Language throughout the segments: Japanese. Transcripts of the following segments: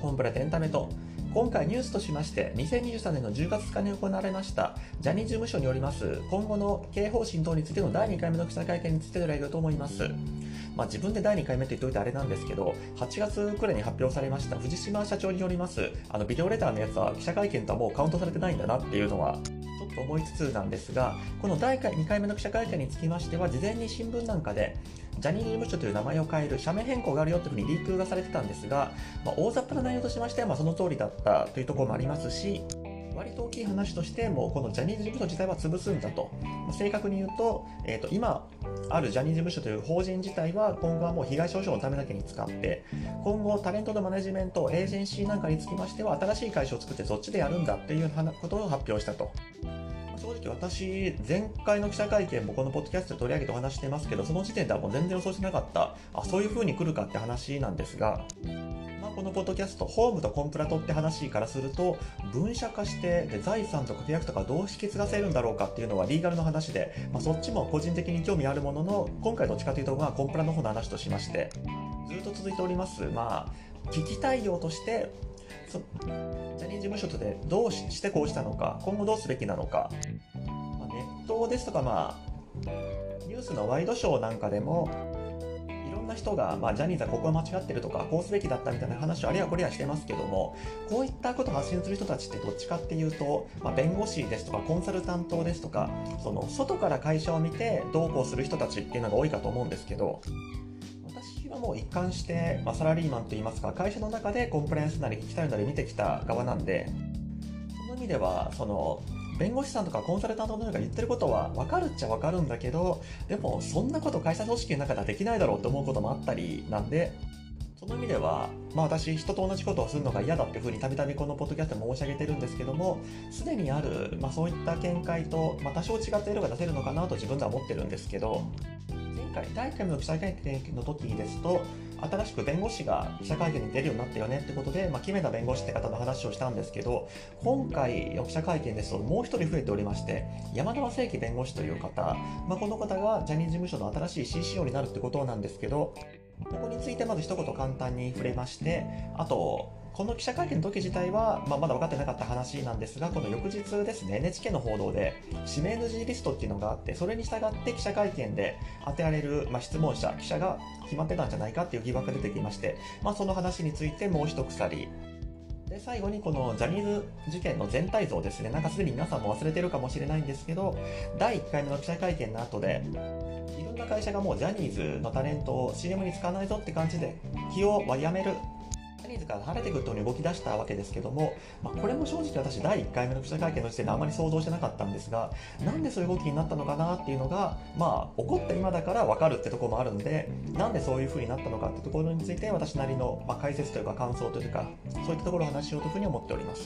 コンプラエンタメと。今回ニュースとしまして、2023年の10月2日に行われましたジャニーズ事務所によります今後の経営方針等についての第2回目の記者会見について取り上げようと思います。自分で第2回目と言っておいてあれなんですけど、8月くらいに発表されました藤島社長によりますビデオレターのやつは記者会見とはもうカウントされてないんだなっていうのはちょっと思いつつなんですが、この第2回目の記者会見につきましては、事前に新聞なんかでジャニーズ事務所という名前を変える社名変更があるよというふうにリークがされてたんですが、大雑把な内容としましてはその通りだったというところもありますし、割と大きい話としてもこのジャニーズ事務所自体は潰すんだと。正確に言うと、今あるジャニーズ事務所という法人自体は今後はもう被害者補償のためだけに使って、今後タレントのマネジメント、エージェンシーなんかにつきましては新しい会社を作ってそっちでやるんだっていうことを発表したと。正直私、前回の記者会見もこのポッドキャストで取り上げてお話してますけど、その時点ではもう全然予想してなかった、そういう風に来るかって話なんですが、このポッドキャスト、ホームとコンプラとって話からすると、分社化して財産とか契約とかどう引き継がせるんだろうかっていうのはリーガルの話で、そっちも個人的に興味あるものの、今回どっちかというとコンプラの方の話としまして、ずっと続いております。危機対応として、ジャニーズ事務所とでどうしてこうしたのか、今後どうすべきなのか、ネットですとか、ニュースのワイドショーなんかでも、いろんな人が、ジャニーズはここは間違ってるとか、こうすべきだったみたいな話をあれやこれやしてますけども、こういったことを発信する人たちってどっちかっていうと、弁護士ですとかコンサルタントですとか、その外から会社を見てどうこうする人たちっていうのが多いかと思うんですけど、私はもう一貫して、サラリーマンといいますか、会社の中でコンプライアンスなり聞きたいなり見てきた側なんで、その意味では弁護士さんとかコンサルタントの人が言ってることは分かるっちゃ分かるんだけど、でもそんなこと会社組織の中ではできないだろうと思うこともあったりなんで、その意味では、私人と同じことをするのが嫌だっていうふうにたびたびこのポッドキャストで申し上げてるんですけども、すでにある、そういった見解と、多少違った色が出せるのかなと自分では思ってるんですけど、前回第1回目の記者会見の時ですと、新しく弁護士が記者会見に出るようになったよねってことで、木目田弁護士って方の話をしたんですけど、今回の記者会見ですともう一人増えておりまして、山田正幸弁護士という方、この方がジャニーズ事務所の新しい CCO になるってことなんですけど、ここについてまず一言簡単に触れまして、あとこの記者会見の時自体は、まだ分かってなかった話なんですが、この翌日ですね、NHK の報道で指名 NG リストっていうのがあって、それに従って記者会見で当てられる、質問者、記者が決まってたんじゃないかっていう疑惑が出てきまして、その話についてもう一鎖。で、最後にこのジャニーズ事件の全体像ですね、すでに皆さんも忘れてるかもしれないんですけど、第1回目の記者会見の後で、いろんな会社がもうジャニーズのタレントを CM に使わないぞって感じで起用はやめる、ジャニーズから離れてくるというふうに動き出したわけですけども、これも正直私第1回目の記者会見の時点であまり想像してなかったんですが、なんでそういう動きになったのかなっていうのが、起こった今だから分かるってところもあるんで、なんでそういうふうになったのかってところについて私なりの、解説というか感想というか、そういったところをお話ししようというふうに思っております。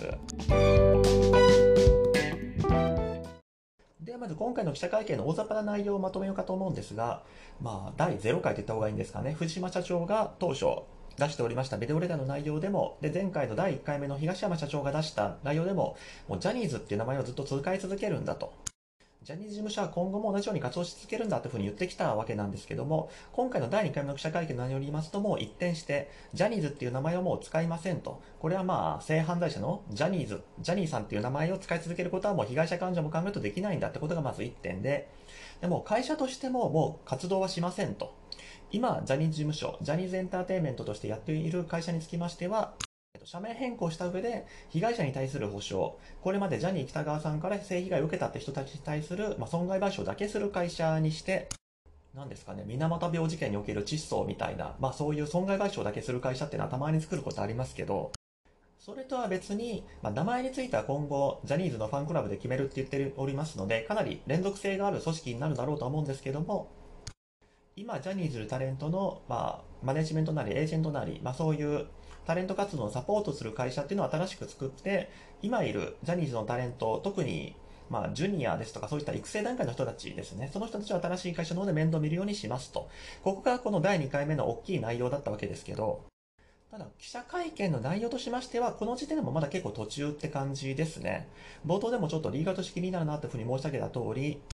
ではまず今回の記者会見の大雑把な内容をまとめようかと思うんですが、第0回と言った方がいいんですかね、藤島社長が当初出しておりましたビデオレターの内容でも、で前回の第1回目の東山社長が出した内容でも、もうジャニーズっていう名前をずっと使い続けるんだと。ジャニーズ事務所は今後も同じように活動し続けるんだというふうに言ってきたわけなんですけども、今回の第2回目の記者会見の内容に言いますと、もう一転して、ジャニーズっていう名前をもう使いませんと。これは性犯罪者のジャニーさんっていう名前を使い続けることはもう被害者感情も考えるとできないんだってことがまず1点で、でも会社としてももう活動はしませんと。今、ジャニーズ事務所、ジャニーズエンターテインメントとしてやっている会社につきましては、社名変更した上で被害者に対する補償、これまでジャニー喜多川さんから性被害を受けたって人たちに対する、損害賠償だけする会社にして、なんですかね、水俣病事件における窒素みたいな、そういう損害賠償だけする会社っていうのはたまに作ることありますけど、それとは別に、名前については今後ジャニーズのファンクラブで決めるって言っておりますので、かなり連続性がある組織になるだろうと思うんですけども、今ジャニーズタレントの、マネジメントなりエージェントなり、そういうタレント活動をサポートする会社っていうのを新しく作って、今いるジャニーズのタレント、特にジュニアですとかそういった育成段階の人たちですね、その人たちを新しい会社の方で面倒見るようにしますと。ここがこの第2回目の大きい内容だったわけですけど、ただ記者会見の内容としましては、この時点でもまだ結構途中って感じですね。冒頭でもちょっとリーガルとして気になるなというふうに申し上げた通り、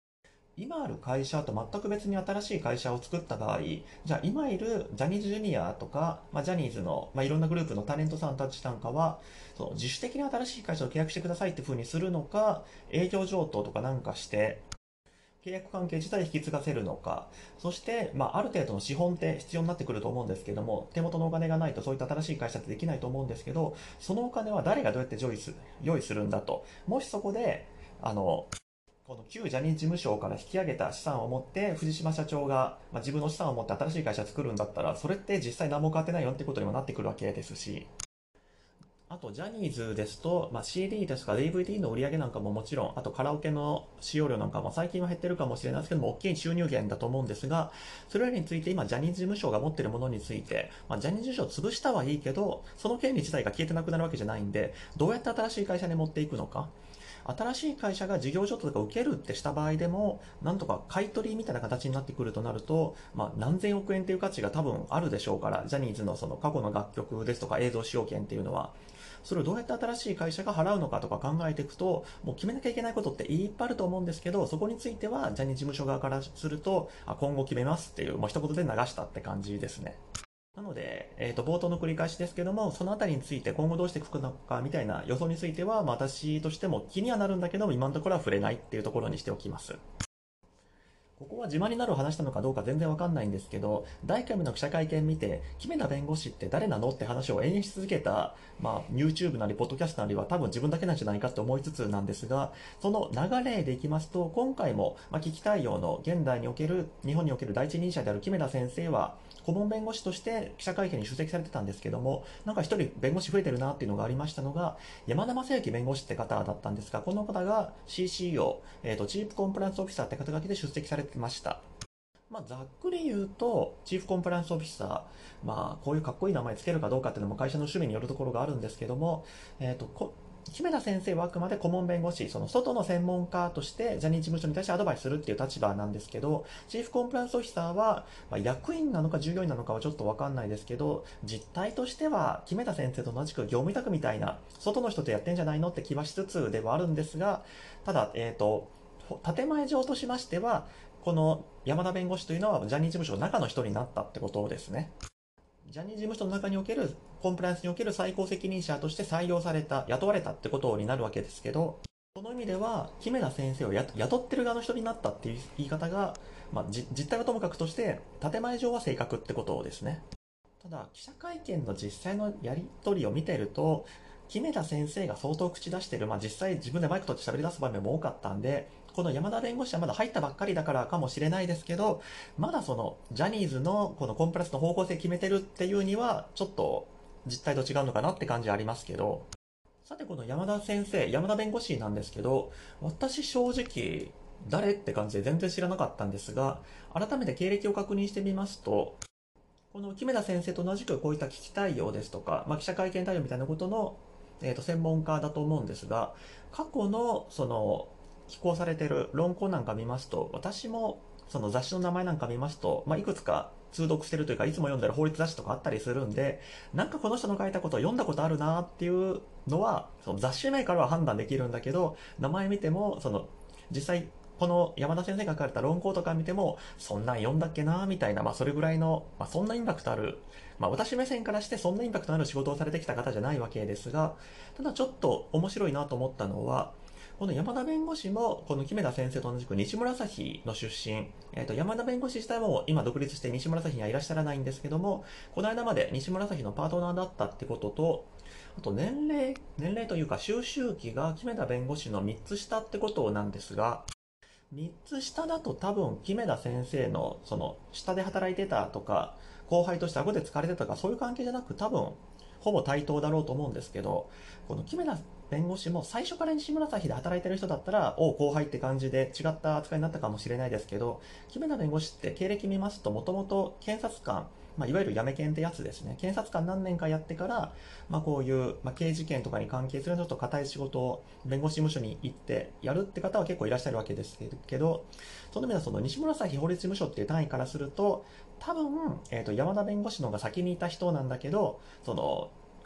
今ある会社と全く別に新しい会社を作った場合、じゃあ今いるジャニーズジュニアとか、ジャニーズの、いろんなグループのタレントさんたちなんかは、その自主的に新しい会社と契約してくださいって風にするのか、営業譲渡とかなんかして、契約関係自体引き継がせるのか、そして、ある程度の資本って必要になってくると思うんですけども、手元のお金がないとそういった新しい会社ってできないと思うんですけど、そのお金は誰がどうやって用意するんだと。もしそこで、この旧ジャニーズ事務所から引き上げた資産を持って藤島社長が、自分の資産を持って新しい会社を作るんだったら、それって実際何も変わってないよってことにもなってくるわけですし、あとジャニーズですと、CD ですとか DVD の売り上げなんかももちろん、あとカラオケの使用量なんかも最近は減ってるかもしれないですけども、大きい収入源だと思うんですが、それらについて今ジャニーズ事務所が持っているものについて、ジャニーズ事務所を潰したはいいけど、その権利自体が消えてなくなるわけじゃないんで、どうやって新しい会社に持っていくのか。新しい会社が事業譲渡とか受けるってした場合でも、なんとか買い取りみたいな形になってくるとなると、何千億円という価値が多分あるでしょうから、ジャニーズのその過去の楽曲ですとか映像使用権っていうのは、それをどうやって新しい会社が払うのかとか考えていくと、もう決めなきゃいけないことっていっぱいあると思うんですけど、そこについてはジャニーズ事務所側からすると、今後決めますっていう、もう一言で流したって感じですね。なので、冒頭の繰り返しですけども、そのあたりについて今後どうしていくのかみたいな予想については、私としても気にはなるんだけども、今のところは触れないっていうところにしておきます。ここは自慢になる話なのかどうか全然わかんないんですけど、第1回目の記者会見見て、木目田弁護士って誰なのって話を延々し続けた、YouTube なり、ポッドキャストなりは多分自分だけなんじゃないかと思いつつなんですが、その流れでいきますと、今回も、危機対応の現代における、日本における第一人者である木目田先生は、顧問弁護士として記者会見に出席されてたんですけども、なんか一人弁護士増えてるなっていうのがありましたのが、山田正幸弁護士って方だったんですが、この方が CCO、チーフコンプライアンスオフィサーって肩書きで出席されてました。ざっくり言うと、チーフコンプライアンスオフィサー、こういうかっこいい名前つけるかどうかっていうのも会社の趣味によるところがあるんですけども、姫田先生はあくまで顧問弁護士、その外の専門家としてジャニーズ事務所に対してアドバイスするっていう立場なんですけど、チーフコンプライアンスオフィサーは、役員なのか従業員なのかはちょっとわかんないですけど、実態としては、姫田先生と同じく業務委託みたいな、外の人とやってんじゃないのって気はしつつではあるんですが、ただ、建前上としましては、この山田弁護士というのはジャニーズ事務所の中の人になったってことですね。ジャニーズ事務所の中におけるコンプライアンスにおける最高責任者として採用された、雇われたってことになるわけですけど、その意味では、木目田先生を雇ってる側の人になったっていう言い方が、実態はともかくとして、建前上は正確ってことですね。ただ、記者会見の実際のやり取りを見ていると、木目田先生が相当口出してる、実際自分でマイク取って喋り出す場面も多かったんで、この山田弁護士はまだ入ったばっかりだからかもしれないですけど、まだそのジャニーズのこのコンプラスの方向性決めてるっていうには、ちょっと実態と違うのかなって感じはありますけど、さてこの山田先生、山田弁護士なんですけど、私正直、誰って感じで全然知らなかったんですが、改めて経歴を確認してみますと、この木目田先生と同じくこういった危機対応ですとか、記者会見対応みたいなことの、専門家だと思うんですが、過去のその寄稿されている論考なんか見ますと、私もその雑誌の名前なんか見ますと、いくつか通読してるというか、いつも読んでる法律雑誌とかあったりするんで、なんかこの人の書いたことを読んだことあるなっていうのは、その雑誌名からは判断できるんだけど、名前見ても、その実際この山田先生が書かれた論考とか見ても、そんなん読んだっけなみたいな、それぐらいの、そんなインパクトある、私目線からしてそんなインパクトのある仕事をされてきた方じゃないわけですが、ただちょっと面白いなと思ったのは、この山田弁護士も、この木目田先生と同じく西村朝日の出身、山田弁護士自体も今独立して西村朝日にはいらっしゃらないんですけども、この間まで西村朝日のパートナーだったってことと、あと年齢というか収集期が木目田弁護士の3つ下ってことなんですが、3つ下だと多分、木目田先生の、その、下で働いてたとか、後輩として顎で使われてたとか、そういう関係じゃなく、多分、ほぼ対等だろうと思うんですけど、この木目田弁護士も最初から西村朝日で働いてる人だったら、後輩って感じで違った扱いになったかもしれないですけど、木目田弁護士って経歴見ますと、もともと検察官、いわゆるやめ検ってやつですね。検察官何年かやってから、こういう、刑事件とかに関係するちょっと硬い仕事を弁護士事務所に行ってやるって方は結構いらっしゃるわけですけど、その意味ではその西村朝日法律事務所っていう単位からすると、多分、山田弁護士の方が先にいた人なんだけど、その、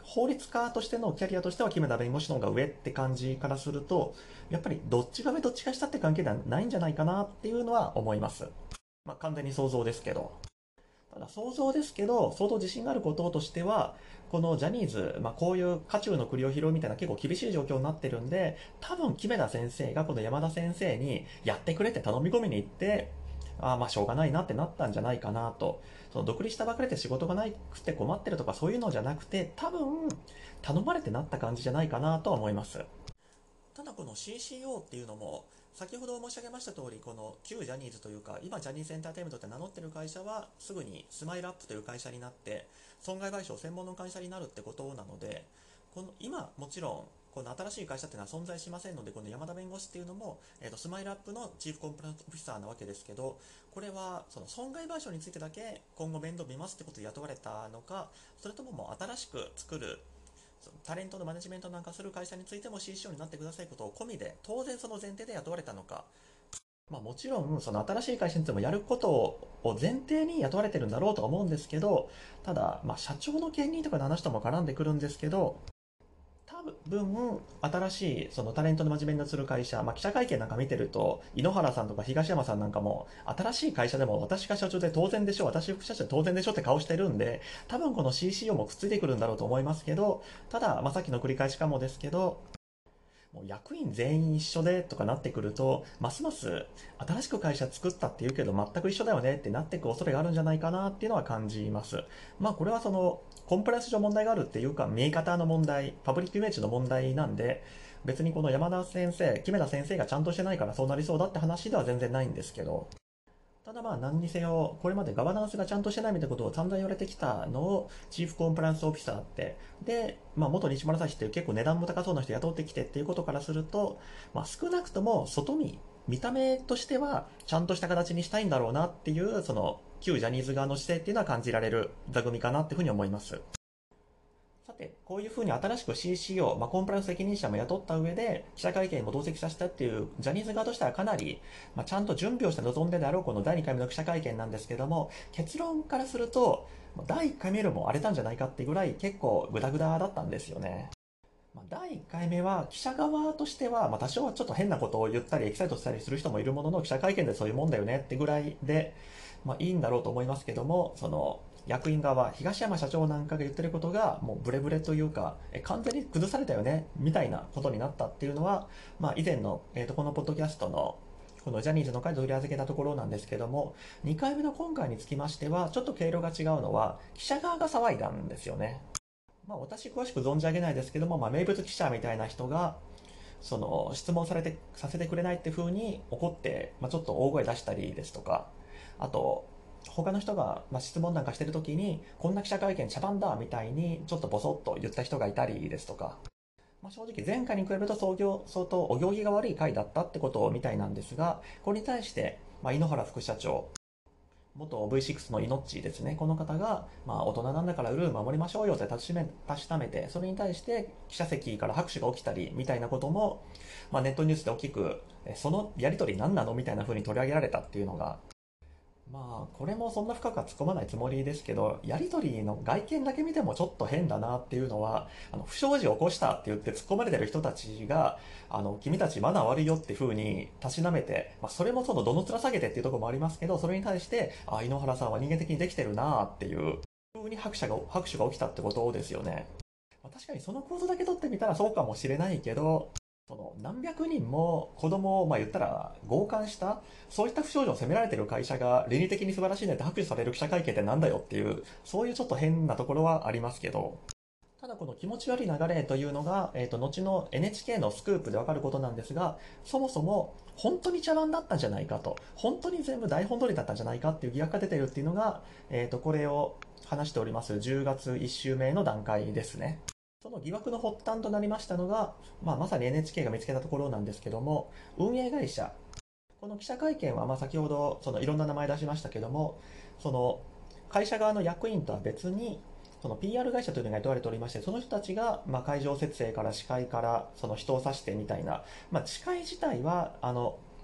法律家としてのキャリアとしては木目田弁護士の方が上って感じからすると、やっぱりどっちが上どっちが下って関係ではないんじゃないかなっていうのは思います。まあ完全に想像ですけど。ただ想像ですけど、相当自信があることとしては、このジャニーズ、こういう渦中の栗を拾うみたいな結構厳しい状況になってるんで、多分木目田先生がこの山田先生にやってくれって頼み込みに行って、しょうがないなってなったんじゃないかなと。その独立したばかりで仕事がなくて困ってるとかそういうのじゃなくて、多分頼まれてなった感じじゃないかなとは思います。ただこの CCO っていうのも、先ほど申し上げました通り、この旧ジャニーズというか、今ジャニーズエンターテインメントって名乗ってる会社は、すぐにスマイルアップという会社になって、損害賠償専門の会社になるってことなので、この今、もちろん、この新しい会社っていうのは存在しませんので、この山田弁護士っていうのも、スマイルアップのチーフコンプライアンスオフィサーなわけですけど、これはその損害賠償についてだけ今後面倒見ますってことで雇われたのか、それとももう新しく作るタレントのマネジメントなんかする会社についても CCO になってくださいことを込みで、当然その前提で雇われたのか、もちろんその新しい会社についてもやることを前提に雇われてるんだろうとは思うんですけど、ただ、社長の兼任とかの話とも絡んでくるんですけど、多分新しいそのタレントの真面目にする会社、記者会見なんか見てると井ノ原さんとか東山さんなんかも新しい会社でも私が社長で当然でしょ、私副社長で当然でしょって顔してるんで、多分この CCO もくっついてくるんだろうと思いますけど、ただ、さっきの繰り返しかもですけど、もう役員全員一緒でとかなってくると、ますます新しく会社作ったっていうけど全く一緒だよねってなっていく恐れがあるんじゃないかなっていうのは感じます。これはそのコンプライアンス上問題があるっていうか見え方の問題、パブリックイメージの問題なんで、別にこの山田先生、木目田先生がちゃんとしてないからそうなりそうだって話では全然ないんですけど、ただ何にせよ、これまでガバナンスがちゃんとしてないみたいなことを散々言われてきたのを、チーフコンプライアンスオフィサーって、で、元西村さんっていう結構値段も高そうな人雇ってきてっていうことからすると、少なくとも外見た目としては、ちゃんとした形にしたいんだろうなっていう、その、旧ジャニーズ側の姿勢っていうのは感じられる座組かなっていうふうに思います。さて、こういうふうに新しく CCO、コンプライアンス責任者も雇った上で、記者会見にも同席させたっていう、ジャニーズ側としてはかなり、ちゃんと準備をして臨んでであろうこの第2回目の記者会見なんですけども、結論からすると、第1回目よりも荒れたんじゃないかってぐらい結構グダグダだったんですよね。第1回目は記者側としては、多少はちょっと変なことを言ったりエキサイトしたりする人もいるものの、記者会見でそういうもんだよねってぐらいで、いいんだろうと思いますけども、その役員側、東山社長なんかが言ってることがもうブレブレというか、完全に崩されたよねみたいなことになったっていうのは、以前の、このポッドキャストのこのジャニーズの回で取り預けたところなんですけども、2回目の今回につきましては、ちょっと経路が違うのは、記者側が騒いだんですよね。私詳しく存じ上げないですけども、名物記者みたいな人が、その質問させてくれないって風に怒って、ちょっと大声出したりですとか、あと、他の人が、質問なんかしてる時に、こんな記者会見茶番だみたいに、ちょっとボソッと言った人がいたりですとか、正直前回に比べると相当お行儀が悪い回だったってことみたいなんですが、これに対して、井ノ原副社長、元 V6 のイノッチですね。この方が、大人なんだからルール守りましょうよってたしめて、それに対して記者席から拍手が起きたり、みたいなことも、ネットニュースで大きく、そのやりとり何なのみたいな風に取り上げられたっていうのが、これもそんな深くは突っ込まないつもりですけど、やりとりの外見だけ見てもちょっと変だなっていうのは、不祥事を起こしたって言って突っ込まれてる人たちが、君たちマナー悪いよっていう風にたしなめて、それもそのどの面下げてっていうところもありますけど、それに対して、井ノ原さんは人間的にできてるなっていう風に拍手が起きたってことですよね。確かにその構図だけ取ってみたらそうかもしれないけど、その何百人も子供を言ったら強姦した、そういった不祥事を責められている会社が倫理的に素晴らしいねって拍手される記者会見ってなんだよっていう、そういうちょっと変なところはありますけど、ただこの気持ち悪い流れというのが、後の NHK のスクープでわかることなんですが、そもそも本当に茶番だったんじゃないかと、本当に全部台本通りだったんじゃないかっていう疑惑が出ているっていうのが、これを話しております10月1週目の段階ですね。その疑惑の発端となりましたのが、まさに NHK が見つけたところなんですけども、運営会社。この記者会見は、先ほどそのいろんな名前出しましたけども、その会社側の役員とは別に、その PR 会社というのが雇われておりまして、その人たちが、会場設営から司会からその人を指してみたいな、司会自体は、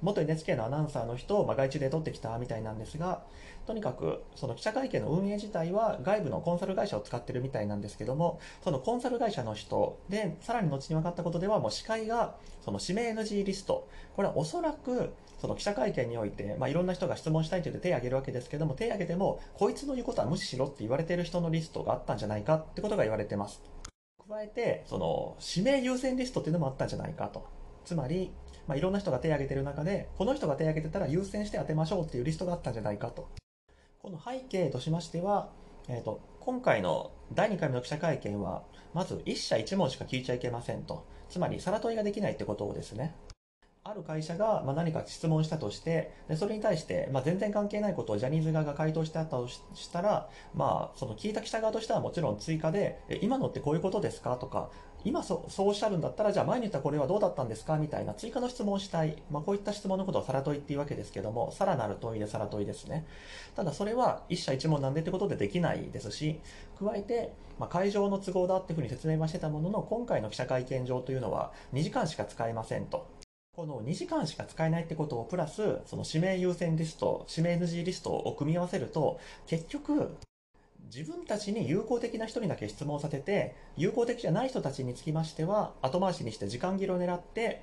元 NHK のアナウンサーの人を外注で取ってきたみたいなんですが、とにかくその記者会見の運営自体は外部のコンサル会社を使ってるみたいなんですけども、そのコンサル会社の人で、さらに後に分かったことでは、もう司会がその指名 NG リスト、これはおそらくその記者会見において、いろんな人が質問したいと言って手を挙げるわけですけども、手を挙げてもこいつの言うことは無視しろって言われている人のリストがあったんじゃないかってことが言われてます。加えてその指名優先リストっていうのもあったんじゃないかと。つまり、いろんな人が手を挙げている中で、この人が手を挙げてたら優先して当てましょうっていうリストがあったんじゃないかと。この背景としましては、今回の第2回目の記者会見は、まず1社1問しか聞いちゃいけませんと。つまり、さら問いができないってことをですね。ある会社が何か質問したとして、でそれに対して、全然関係ないことをジャニーズ側が回答してあったとしたら、その聞いた記者側としてはもちろん追加で、今のってこういうことですかとか、今そうおっしゃるんだったら、じゃあ前に言ったこれはどうだったんですかみたいな追加の質問をしたい。こういった質問のことをさら問いっていうわけですけども、さらなる問いでさら問いですね。ただそれは一社一問なんでってことでできないですし、加えて、会場の都合だっていうふうに説明はしてたものの、今回の記者会見場というのは2時間しか使えませんと。この2時間しか使えないってことをプラス、その指名優先リスト、指名 NG リストを組み合わせると、結局、自分たちに有効的な人にだけ質問させて、有効的じゃない人たちにつきましては、後回しにして時間切れを狙って、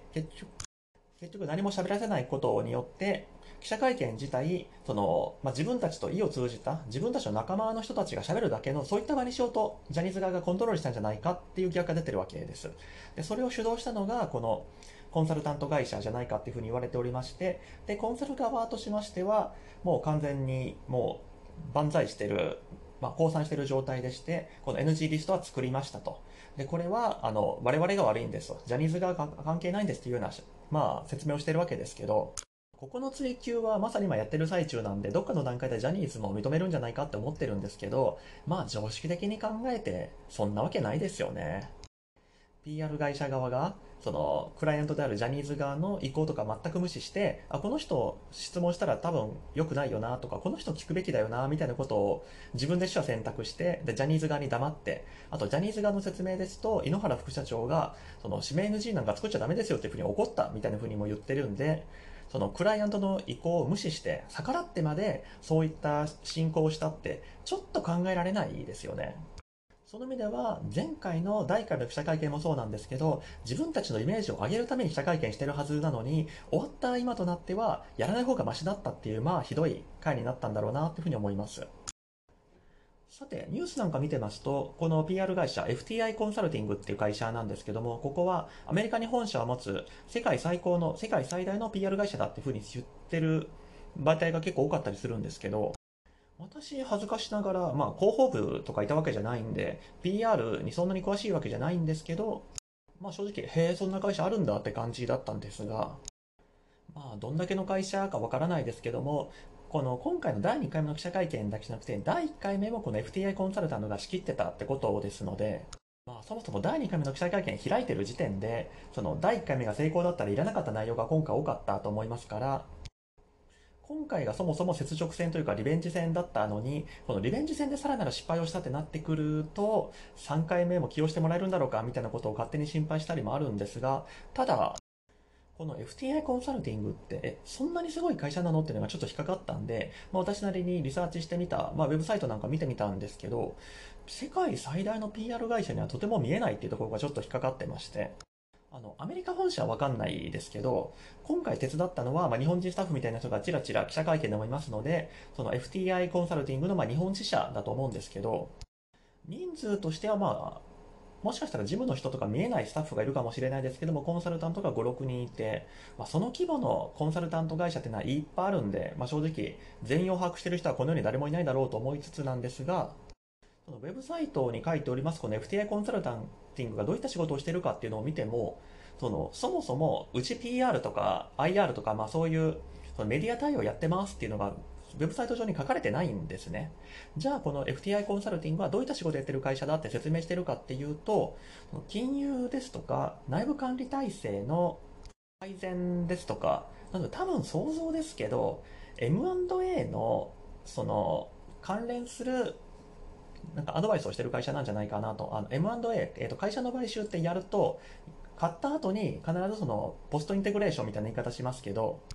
結局何も喋らせないことによって、記者会見自体、自分たちと意を通じた、自分たちの仲間の人たちが喋るだけの、そういった場にしようと、ジャニーズ側がコントロールしたんじゃないかっていう疑惑が出てるわけです。で、それを主導したのが、この、コンサルタント会社じゃないかっていうふうに言われておりまして、で、コンサル側としましては、もう完全にもう万歳してる、降参している状態でして、この NG リストは作りましたと。で、これは、我々が悪いんですと。ジャニーズ側が関係ないんですっていうような、説明をしているわけですけど、ここの追及はまさに今やってる最中なんで、どっかの段階でジャニーズも認めるんじゃないかって思ってるんですけど、常識的に考えて、そんなわけないですよね。PR 会社側が、その、クライアントであるジャニーズ側の意向とか全く無視して、この人質問したら多分良くないよなとか、この人聞くべきだよなみたいなことを自分で取捨選択して、で、ジャニーズ側に黙って、あとジャニーズ側の説明ですと、井ノ原副社長が、その、指名 NG なんか作っちゃダメですよっていうふうに怒ったみたいなふうにも言ってるんで、そのクライアントの意向を無視して逆らってまでそういった進行をしたってちょっと考えられないですよね。その意味では、前回の第1回の記者会見もそうなんですけど、自分たちのイメージを上げるために記者会見してるはずなのに、終わった今となっては、やらない方がマシだったっていう、ひどい回になったんだろうなっていうふうに思います。さて、ニュースなんか見てますと、この PR 会社、FTI コンサルティングっていう会社なんですけども、ここはアメリカに本社を持つ世界最大の PR 会社だっていうふうに言ってる媒体が結構多かったりするんですけど、私、恥ずかしながら、広報部とかいたわけじゃないんで、PR にそんなに詳しいわけじゃないんですけど、正直、へえ、そんな会社あるんだって感じだったんですが、どんだけの会社かわからないですけども、この今回の第2回目の記者会見だけじゃなくて、第1回目もこの FTI コンサルタントが仕切ってたってことですので、そもそも第2回目の記者会見開いてる時点で、その第1回目が成功だったらいらなかった内容が今回多かったと思いますから、今回がそもそも雪辱戦というかリベンジ戦だったのに、このリベンジ戦でさらなる失敗をしたってなってくると、3回目も起用してもらえるんだろうかみたいなことを勝手に心配したりもあるんですが、ただ、この FTI コンサルティングって、そんなにすごい会社なのっていうのがちょっと引っかかったんで、私なりにリサーチしてみた、ウェブサイトなんか見てみたんですけど、世界最大の PR 会社にはとても見えないっていうところがちょっと引っかかってまして、アメリカ本社はわかんないですけど、今回手伝ったのは、日本人スタッフみたいな人がちらちら記者会見でもいますので、その FTI コンサルティングの日本支社だと思うんですけど、人数としてはもしかしたら事務の人とか見えないスタッフがいるかもしれないですけども、コンサルタントが5、6人いて、その規模のコンサルタント会社っていうのはいっぱいあるんで、正直、全容を把握している人はこの世に誰もいないだろうと思いつつなんですが、そのウェブサイトに書いておりますこの FTI コンサルタンティングがどういった仕事をしているかっていうのを見ても、そもそもうち PR とか IR とか、そういうそのメディア対応やってますっていうのがウェブサイト上に書かれてないんですね。じゃあこの FTI コンサルティングはどういった仕事をやってる会社だって説明してるかっていうと、金融ですとか内部管理体制の改善ですとか、なので多分想像ですけど、M&A のその関連するなんかアドバイスをしてる会社なんじゃないかなと。M&A、会社の買収ってやると、買った後に必ずそのポストインテグレーションみたいな言い方しますけど、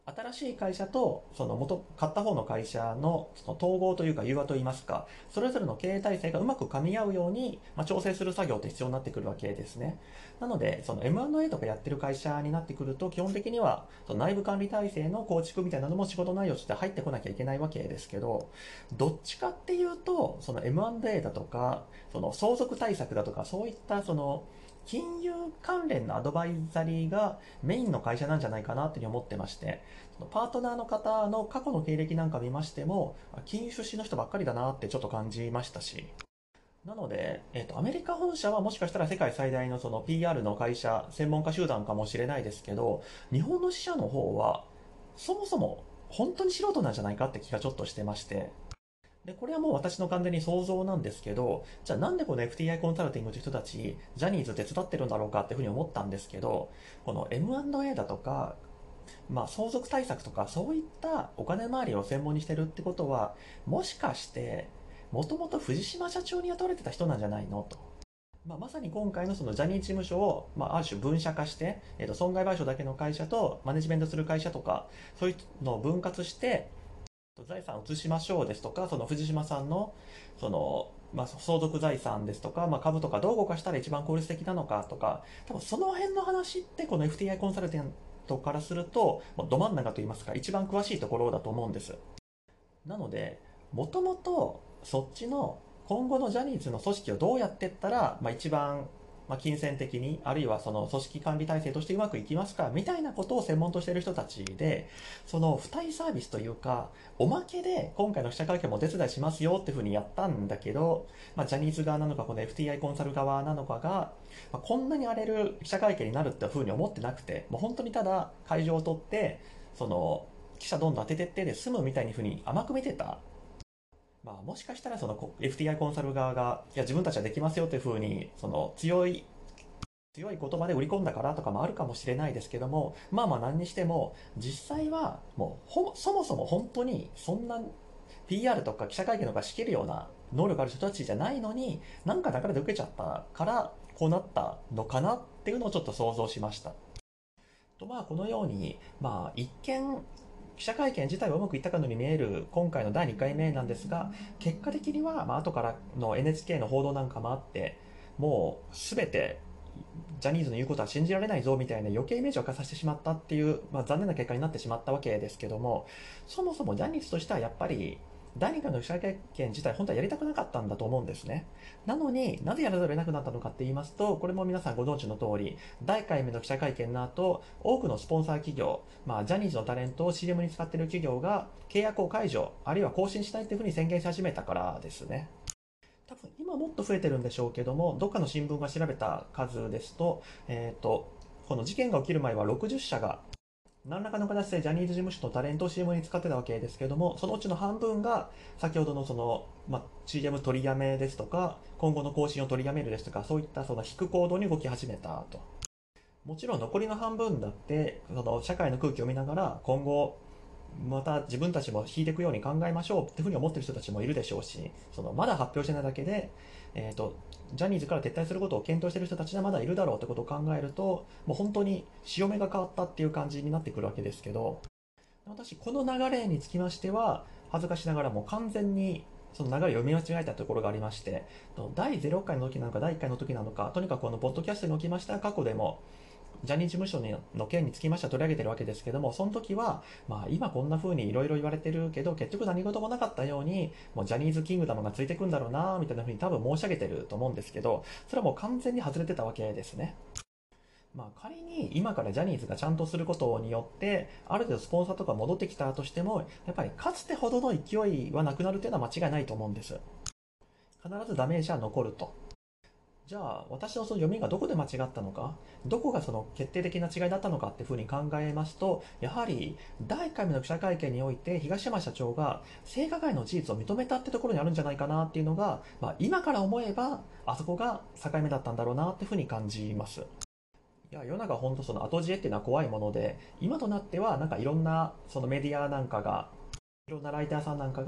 新しい会社とその買った方の会社のその統合というか融和といいますか、それぞれの経営体制がうまく噛み合うように、調整する作業って必要になってくるわけですね。なので、その M&A とかやってる会社になってくると、基本的にはその内部管理体制の構築みたいなのも仕事内容として入ってこなきゃいけないわけですけど、どっちかっていうと、その M&A だとか、その相続対策だとか、そういったその金融関連のアドバイザリーがメインの会社なんじゃないかなっていうふうに思ってまして、パートナーの方の過去の経歴なんか見ましても、金融出身の人ばっかりだなってちょっと感じましたし、なので、アメリカ本社はもしかしたら世界最大のその PR の会社、専門家集団かもしれないですけど、日本の支社の方は、そもそも本当に素人なんじゃないかって気がちょっとしてまして、で、これはもう私の完全に想像なんですけど、じゃあなんでこの FTI コンサルティングという人たち、ジャニーズ手伝ってるんだろうかっていうふうに思ったんですけど、この M&A だとか、相続対策とかそういったお金回りを専門にしてるってことは、もしかしてもともと藤島社長に雇われてた人なんじゃないのと。まさに今回のそのジャニーズ事務所を、ある種分社化して、損害賠償だけの会社とマネジメントする会社とか、そういうのを分割して、財産を移しましょうですとか、その藤島さんの、その、相続財産ですとか、株とかどう動かしたら一番効率的なのかとか、多分その辺の話ってこの FTI コンサルテントからすると、ど真ん中といいますか、一番詳しいところだと思うんです。なので、もともとそっちの今後のジャニーズの組織をどうやっていったら、一番金銭的に、あるいはその組織管理体制としてうまくいきますかみたいなことを専門としている人たちで、その付帯サービスというか、おまけで今回の記者会見もお手伝いしますよっていうふうにやったんだけど、ジャニーズ側なのか、この FTI コンサル側なのかが、こんなに荒れる記者会見になるっていうふうに思ってなくて、もう本当にただ会場を取って、その、記者どんどん当ててってで済むみたいにふうに甘く見てた。もしかしたらその FTI コンサル側が、いや自分たちはできますよというふうに、その強い言葉で売り込んだからとかもあるかもしれないですけども、何にしても、実際はもうそもそも本当にそんな PR とか記者会見とか仕切るような能力ある人たちじゃないのに、なんか流れで受けちゃったから、こうなったのかなっていうのをちょっと想像しました。とこのように、一見、記者会見自体はうまくいったかのように見える今回の第2回目なんですが、結果的には、後からの NHK の報道なんかもあって、もうすべてジャニーズの言うことは信じられないぞみたいな余計イメージを化させてしまったっていう、残念な結果になってしまったわけですけども、そもそもジャニーズとしてはやっぱり第2回の記者会見自体本当はやりたくなかったんだと思うんですね。なのになぜやらざるを得なくなったのかって言いますと、これも皆さんご存知の通り、第1回目の記者会見の後、多くのスポンサー企業、ジャニーズのタレントを CM に使っている企業が契約を解除、あるいは更新しないっていうふうに宣言し始めたからですね。多分今もっと増えてるんでしょうけども、どっかの新聞が調べた数ですと、この事件が起きる前は60社が何らかの形でジャニーズ事務所のタレントを CM に使ってたわけですけども、そのうちの半分が先ほどのその、CM 取りやめですとか、今後の更新を取りやめるですとか、そういったその引く行動に動き始めたと。もちろん残りの半分だって、その社会の空気を見ながら今後また自分たちも引いていくように考えましょうっていうふうに思ってる人たちもいるでしょうし、そのまだ発表してないだけで、ジャニーズから撤退することを検討している人たちはまだいるだろうってことを考えると、もう本当に潮目が変わったっていう感じになってくるわけですけど、私この流れにつきましては恥ずかしながらも完全にその流れを読み間違えたところがありまして、第0回の時なのか第1回の時なのか、とにかくこのポッドキャストにおきましては過去でもジャニーズ事務所の件につきましては取り上げてるわけですけども、その時は、今こんな風にいろいろ言われてるけど、結局何事もなかったように、もうジャニーズキングダムがついてくんだろうなみたいな風に多分申し上げてると思うんですけど、それはもう完全に外れてたわけですね。仮に今からジャニーズがちゃんとすることによって、ある程度スポンサーとか戻ってきたとしても、やっぱりかつてほどの勢いはなくなるというのは間違いないと思うんです。必ずダメージは残ると。じゃあ私のその読みがどこで間違ったのか、どこがその決定的な違いだったのかっていうふうに考えますと、やはり第1回目の記者会見において東山社長が性加害の事実を認めたってところにあるんじゃないかなっていうのが、今から思えばあそこが境目だったんだろうなっていうふうに感じます。いや、世の中本当その後知恵っていうのは怖いもので、今となってはなんかいろんなそのメディアなんかが、いろんなライターさんなんかが、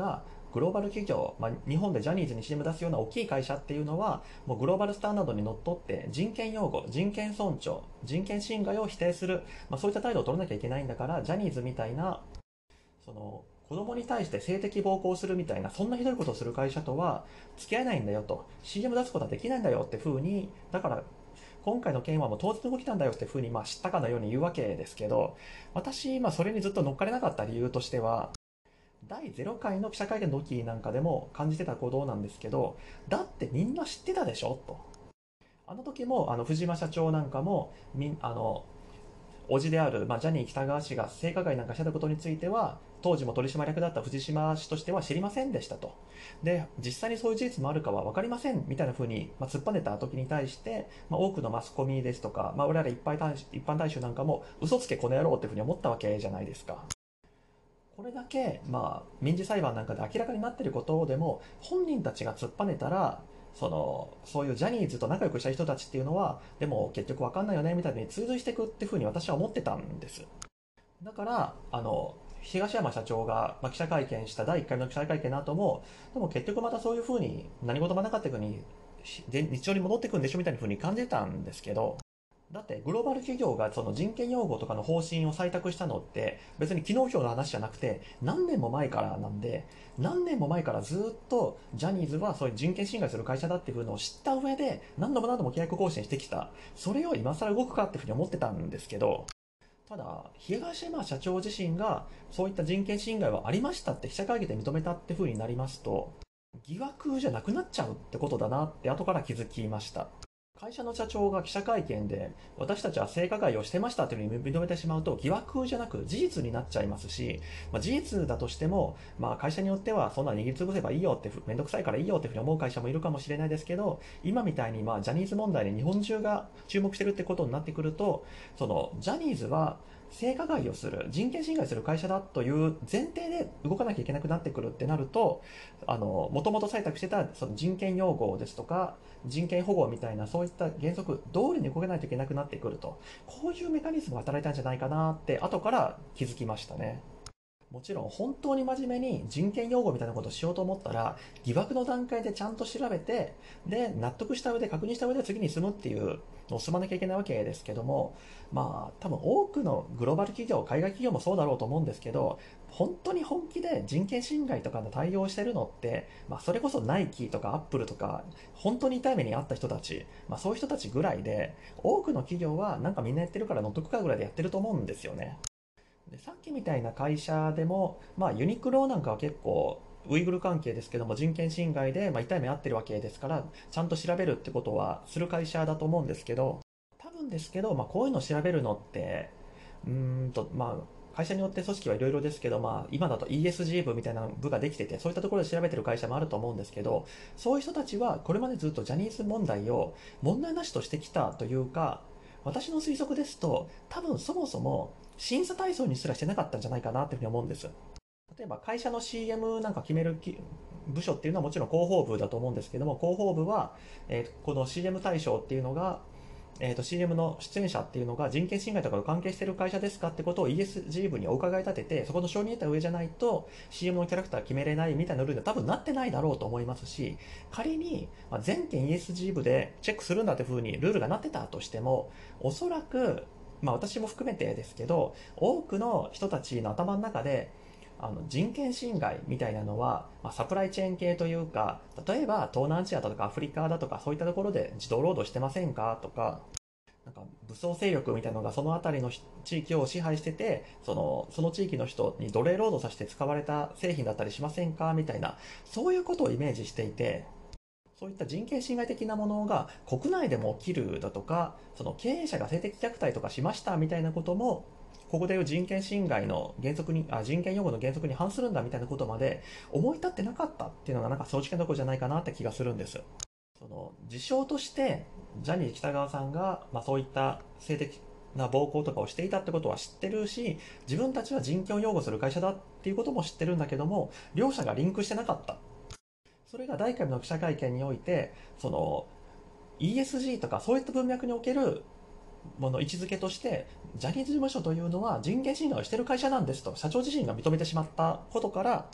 グローバル企業、日本でジャニーズに CM 出すような大きい会社っていうのは、もうグローバルスタンダードにのっとって人権擁護、人権尊重、人権侵害を否定する、そういった態度を取らなきゃいけないんだから、ジャニーズみたいな、その、子供に対して性的暴行をするみたいな、そんなひどいことをする会社とは付き合えないんだよと、CM 出すことはできないんだよって風に、だから今回の件はもう当日の動きなんだよって風に知ったかのように言うわけですけど、私、それにずっと乗っかれなかった理由としては、第0回の記者会見の時なんかでも感じてた行動なんですけど、だってみんな知ってたでしょと。あの時も藤間社長なんかも叔父である、ジャニー喜多川氏が性加害なんかしてたことについては、当時も取締役だった藤島氏としては知りませんでしたと。で、実際にそういう事実もあるかは分かりませんみたいな風に、突っぱねた時に対して、多くのマスコミですとか、我々一般大衆なんかも嘘つけこの野郎っていう風に思ったわけじゃないですか。これだけ、民事裁判なんかで明らかになっていることでも、本人たちが突っぱねたら、そういうジャニーズと仲良くした人たちっていうのは、でも結局わかんないよねみたいに追随していくっていうふうに私は思ってたんです。だから、東山社長が、記者会見した第1回目の記者会見の後も、でも結局またそういうふうに何事もなかったように日常に戻っていくんでしょみたいなふうに感じてたんですけど、だってグローバル企業がその人権擁護とかの方針を採択したのって別に昨日今日の話じゃなくて何年も前からなんで、何年も前からずっとジャニーズはそういう人権侵害する会社だっていうのを知った上で何度も何度も契約更新してきた。それを今更動くかっていうふうに思ってたんですけど、ただ東山社長自身がそういった人権侵害はありましたって記者会見で認めたってふうになりますと、疑惑じゃなくなっちゃうってことだなって後から気づきました。会社の社長が記者会見で私たちは性加害をしてましたというふうに認めてしまうと疑惑じゃなく事実になっちゃいますし、事実だとしても、会社によってはそんな握りつぶせばいいよってめんどくさいからいいよっていうふうに思う会社もいるかもしれないですけど、今みたいにジャニーズ問題に日本中が注目してるってことになってくると、そのジャニーズは性加害をする人権侵害する会社だという前提で動かなきゃいけなくなってくるってなると、もともと採択してたその人権擁護ですとか人権保護みたいなそういった原則通りに動けないといけなくなってくると、こういうメカニズムが働いたんじゃないかなって後から気づきましたね。もちろん本当に真面目に人権擁護みたいなことをしようと思ったら疑惑の段階でちゃんと調べて、で納得した上で確認した上で次に進むっていうのを進まなきゃいけないわけですけども、多分多くのグローバル企業海外企業もそうだろうと思うんですけど、本当に本気で人権侵害とかの対応をしてるのって、それこそナイキとかアップルとか本当に痛い目に遭った人たち、そういう人たちぐらいで、多くの企業はなんかみんなやってるから乗っとくかぐらいでやってると思うんですよね。でさっきみたいな会社でも、ユニクロなんかは結構ウイグル関係ですけども人権侵害で、痛い目合ってるわけですからちゃんと調べるってことはする会社だと思うんですけど、多分ですけど、こういうのを調べるのって会社によって組織はいろいろですけど、今だと ESG 部みたいな部ができててそういったところで調べてる会社もあると思うんですけど、そういう人たちはこれまでずっとジャニーズ問題を問題なしとしてきたというか、私の推測ですと多分そもそも審査対象にすらしてなかったんじゃないかなというふうに思うんです。例えば会社の CM なんか決める部署っていうのはもちろん広報部だと思うんですけども、広報部は、この CM 対象っていうのが、CM の出演者っていうのが人権侵害とかと関係している会社ですかってことを ESG 部にお伺い立てて、そこの承認を得た上じゃないと CM のキャラクター決めれないみたいなルールには多分なってないだろうと思いますし、仮に全件 ESG 部でチェックするんだっていう風にルールがなってたとしても、おそらく私も含めてですけど、多くの人たちの頭の中で人権侵害みたいなのは、サプライチェーン系というか、例えば東南アジアだとかアフリカだとかそういったところで児童労働してませんかとか、なんか武装勢力みたいなのがその辺りの地域を支配してて、その地域の人に奴隷労働させて使われた製品だったりしませんかみたいな、そういうことをイメージしていて、そういった人権侵害的なものが国内でも起きるだとか、その経営者が性的虐待とかしましたみたいなことも、ここでいう人権侵害の原則に、人権擁護の原則に反するんだみたいなことまで思い立ってなかったっていうのがなんか正直なところじゃないかなって気がするんです。事象としてジャニー喜多川さんが、そういった性的な暴行とかをしていたってことは知ってるし、自分たちは人権を擁護する会社だっていうことも知ってるんだけども、両者がリンクしてなかった。それが第1回目の記者会見において、ESG とかそういった文脈におけるもの位置づけとして、ジャニーズ事務所というのは人権侵害をしている会社なんですと社長自身が認めてしまったことから、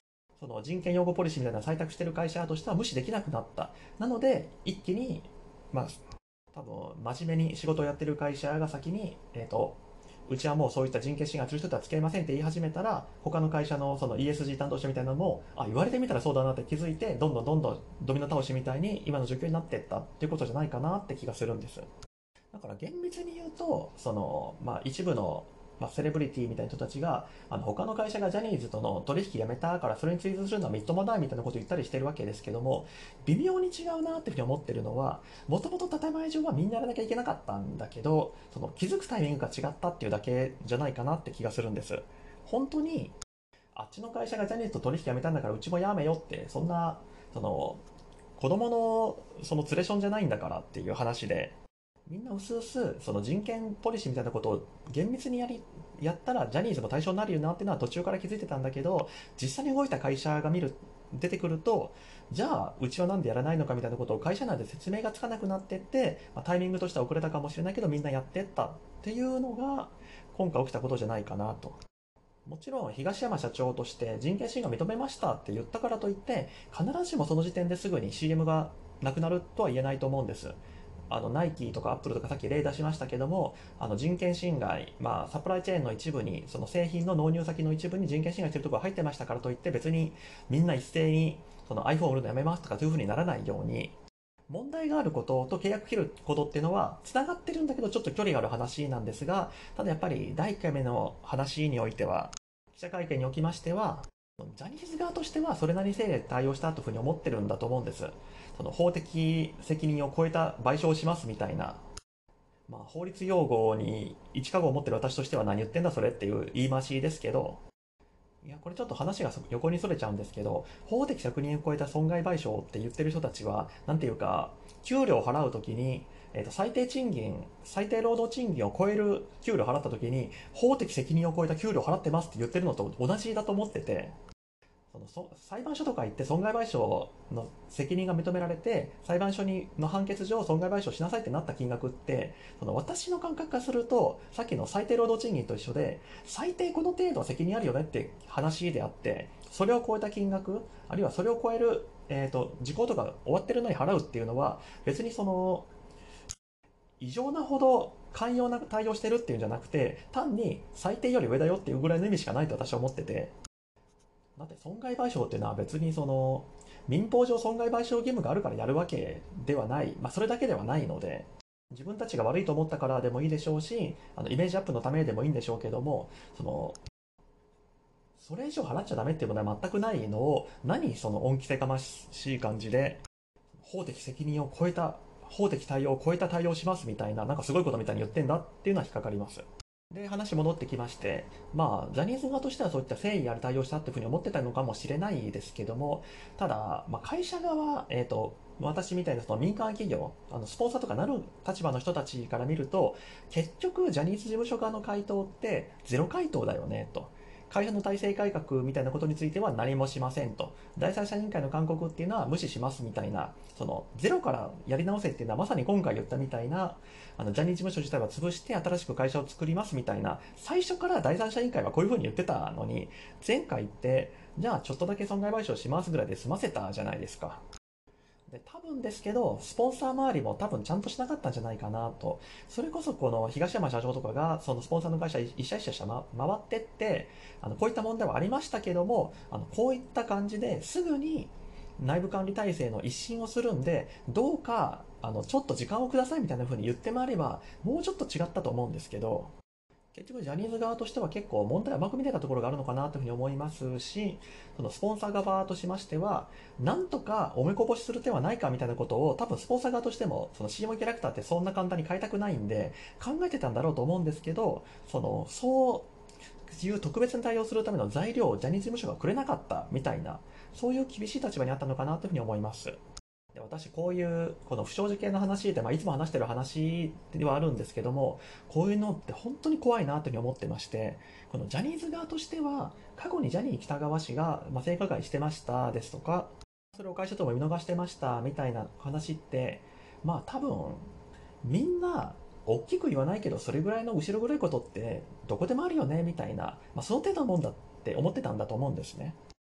その人権擁護ポリシーみたいなのを採択している会社としては無視できなくなった。なので、一気に、まあ、多分、真面目に仕事をやってる会社が先に、うちはもうそういった人権侵害する人とは付き合いませんって言い始めたら、他の会社のその ESG 担当者みたいなのも、言われてみたらそうだなって気づいて、どんどんどんどんドミノ倒しみたいに今の状況になっていったっていうことじゃないかなって気がするんです。だから厳密に言うと、一部の、セレブリティみたいな人たちが、他の会社がジャニーズとの取引やめたから、それに追随するのはみっともないみたいなことを言ったりしてるわけですけども、微妙に違うなっていうふうに思ってるのは、もともと建前上はみんなやらなきゃいけなかったんだけど、その気づくタイミングが違ったっていうだけじゃないかなって気がするんです。本当に、あっちの会社がジャニーズと取引やめたんだからうちもやめよって、そんな、その、子供のそのツレションじゃないんだからっていう話で、みんなうすうすその人権ポリシーみたいなことを厳密にやったらジャニーズも対象になるよなっていうのは途中から気づいてたんだけど、実際に動いた会社が出てくると、じゃあうちはなんでやらないのかみたいなことを会社内で説明がつかなくなってって、タイミングとしては遅れたかもしれないけどみんなやってったっていうのが今回起きたことじゃないかなと。もちろん東山社長として人権侵害を認めましたって言ったからといって必ずしもその時点ですぐに CM がなくなるとは言えないと思うんです。ナイキとかアップルとかさっき例出しましたけども、人権侵害、サプライチェーンの一部に、その製品の納入先の一部に人権侵害しているところが入ってましたからといって、別にみんな一斉にその iPhone を売るのやめますとかというふうにならないように、問題があることと契約切ることっていうのはつながってるんだけどちょっと距離がある話なんですが、ただやっぱり第1回目の話においては、記者会見におきましては、ジャニーズ側としてはそれなりに精対応したというふうに思ってるんだと思うんです。その法的責任を超えた賠償をしますみたいな、法律用語に一か語を持ってる私としては何言ってんだそれっていう言い回しですけど、いやこれちょっと話が横にそれちゃうんですけど、法的責任を超えた損害賠償って言ってる人たちはなんていうか、給料を払うときに、最低労働賃金を超える給料を払ったときに法的責任を超えた給料を払ってますって言ってるのと同じだと思ってて、裁判所とか行って損害賠償の責任が認められて裁判所の判決上損害賠償しなさいってなった金額って、私の感覚からするとさっきの最低労働賃金と一緒で、最低この程度は責任あるよねって話であって、それを超えた金額あるいはそれを超える、時効とか終わってるのに払うっていうのは別にその異常なほど寛容な対応してるっていうんじゃなくて、単に最低より上だよっていうぐらいの意味しかないと私は思ってて、だって損害賠償っていうのは別にその民法上損害賠償義務があるからやるわけではない、それだけではないので、自分たちが悪いと思ったからでもいいでしょうし、イメージアップのためでもいいんでしょうけども、それ以上払っちゃダメっていうものは全くないのを、何その恩着せがましい感じで法的責任を超えた法的対応を超えた対応をしますみたいな、なんかすごいことみたいに言ってんだっていうのは引っかかります。で、話戻ってきまして、ジャニーズ側としてはそういった誠意ある対応したっていうふうに思ってたのかもしれないですけども、ただ、会社側、私みたいなその民間企業、スポンサーとかなる立場の人たちから見ると、結局、ジャニーズ事務所側の回答ってゼロ回答だよね、と。会社の体制改革みたいなことについては何もしませんと。第三者委員会の勧告っていうのは無視しますみたいな、そのゼロからやり直せっていうのはまさに今回言ったみたいな、ジャニーズ事務所自体は潰して新しく会社を作りますみたいな、最初から第三者委員会はこういうふうに言ってたのに、前回って、じゃあちょっとだけ損害賠償しますぐらいで済ませたじゃないですか。で多分ですけど、スポンサー周りも多分ちゃんとしなかったんじゃないかなと。それこそこの東山社長とかが、そのスポンサーの会社一社一社回ってって、こういった問題はありましたけども、こういった感じですぐに内部管理体制の一新をするんで、どうか、ちょっと時間をくださいみたいな風に言って回れば、もうちょっと違ったと思うんですけど、結局ジャニーズ側としては結構問題を甘く見てたところがあるのかなというふうに思いますし、そのスポンサー側としましては、なんとかおめこぼしする手はないかみたいなことを多分スポンサー側としても、その CM キャラクターってそんな簡単に変えたくないんで、考えてたんだろうと思うんですけど、そういう特別に対応するための材料をジャニーズ事務所がくれなかったみたいな、そういう厳しい立場にあったのかなというふうに思います。で私こういうこの不祥事系の話で、いつも話してる話ではあるんですけども、こういうのって本当に怖いなというふうに思ってまして、このジャニーズ側としては過去にジャニー喜多川氏が、性加害してましたですとか、それを会社とも見逃してましたみたいな話って、多分みんな大きく言わないけどそれぐらいの後ろ黒いことってどこでもあるよねみたいな、その程度のもんだって思ってたんだと思うんですね。